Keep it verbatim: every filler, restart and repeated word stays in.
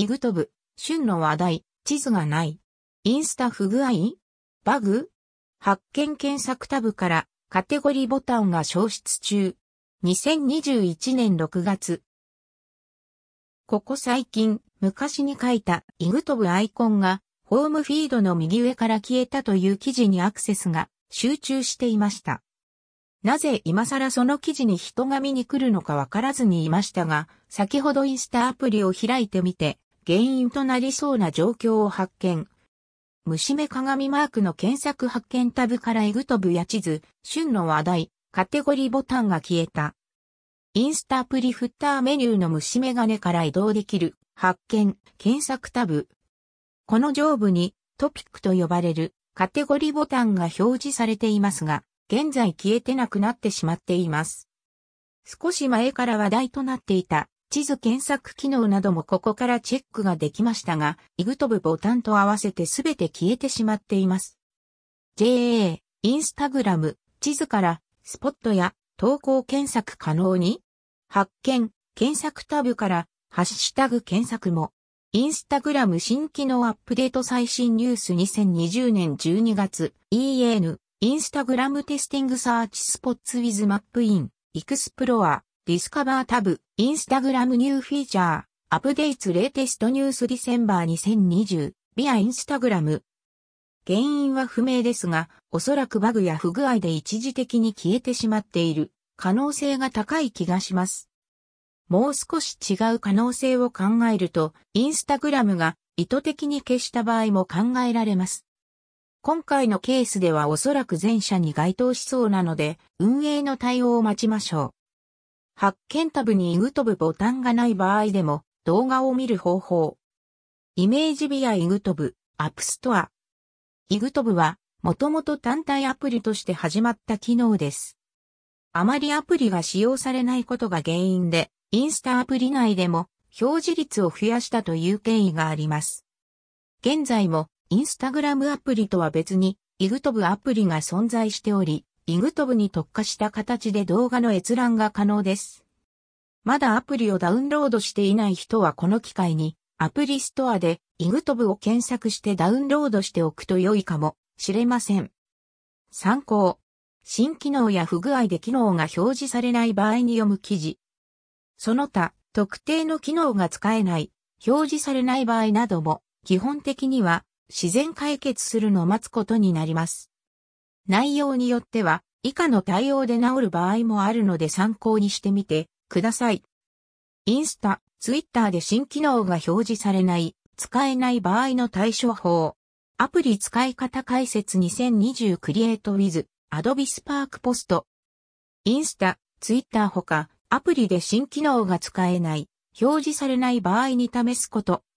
イグトブ、旬の話題、地図がない。インスタ不具合？バグ？発見検索タブからカテゴリーボタンが消失中。にせんにじゅういちねんろくがつ。ここ最近、昔に書いたイグトブアイコンがホームフィードの右上から消えたという記事にアクセスが集中していました。なぜ今更その記事に人が見に来るのかわからずにいましたが、先ほどインスタアプリを開いてみて、原因となりそうな状況を発見。虫目鏡マークの検索発見タブからイグトブや地図、旬の話題、カテゴリーボタンが消えた。インスタアプリフッターメニューの虫眼鏡から移動できる発見、検索タブ。この上部にトピックと呼ばれるカテゴリーボタンが表示されていますが、現在消えてなくなってしまっています。少し前から話題となっていた地図検索機能などもここからチェックができましたが、イグトブボタンと合わせてすべて消えてしまっています。ジェーエー、インスタグラム、地図からスポットや投稿検索可能に？発見、検索タブからハッシュタグ検索も。インスタグラム新機能アップデート最新ニュースにせんにじゅうねんじゅうにがつ イーエヌインスタグラムテスティングサーチスポッツウィズマップイン、エクスプロア、ディスカバータブ、インスタグラムニューフィーチャー、アップデーツレイテストニュースディセンバーにせんにじゅう、ビアインスタグラム。原因は不明ですが、おそらくバグや不具合で一時的に消えてしまっている可能性が高い気がします。もう少し違う可能性を考えると、インスタグラムが意図的に消した場合も考えられます。今回のケースではおそらく前者に該当しそうなので、運営の対応を待ちましょう。発見タブにイグトブボタンがない場合でも、動画を見る方法。イメージビアイグトブ、アップストア。イグトブは、もともと単体アプリとして始まった機能です。あまりアプリが使用されないことが原因で、インスタアプリ内でも表示率を増やしたという経緯があります。現在も、インスタグラムアプリとは別に、イグトブアプリが存在しており、イグトブに特化した形で動画の閲覧が可能です。まだアプリをダウンロードしていない人はこの機会に、アプリストアでイグトブを検索してダウンロードしておくと良いかもしれません。参考。新機能や不具合で機能が表示されない場合に読む記事。その他、特定の機能が使えない、表示されない場合なども、基本的には、自然解決するのを待つことになります。内容によっては以下の対応で治る場合もあるので参考にしてみてください。インスタ、ツイッターで新機能が表示されない、使えない場合の対処法。アプリ使い方解説にせんにじゅうクリエイトウィズ、Adobe Spark Post。インスタ、ツイッターほか、アプリで新機能が使えない、表示されない場合に試すこと。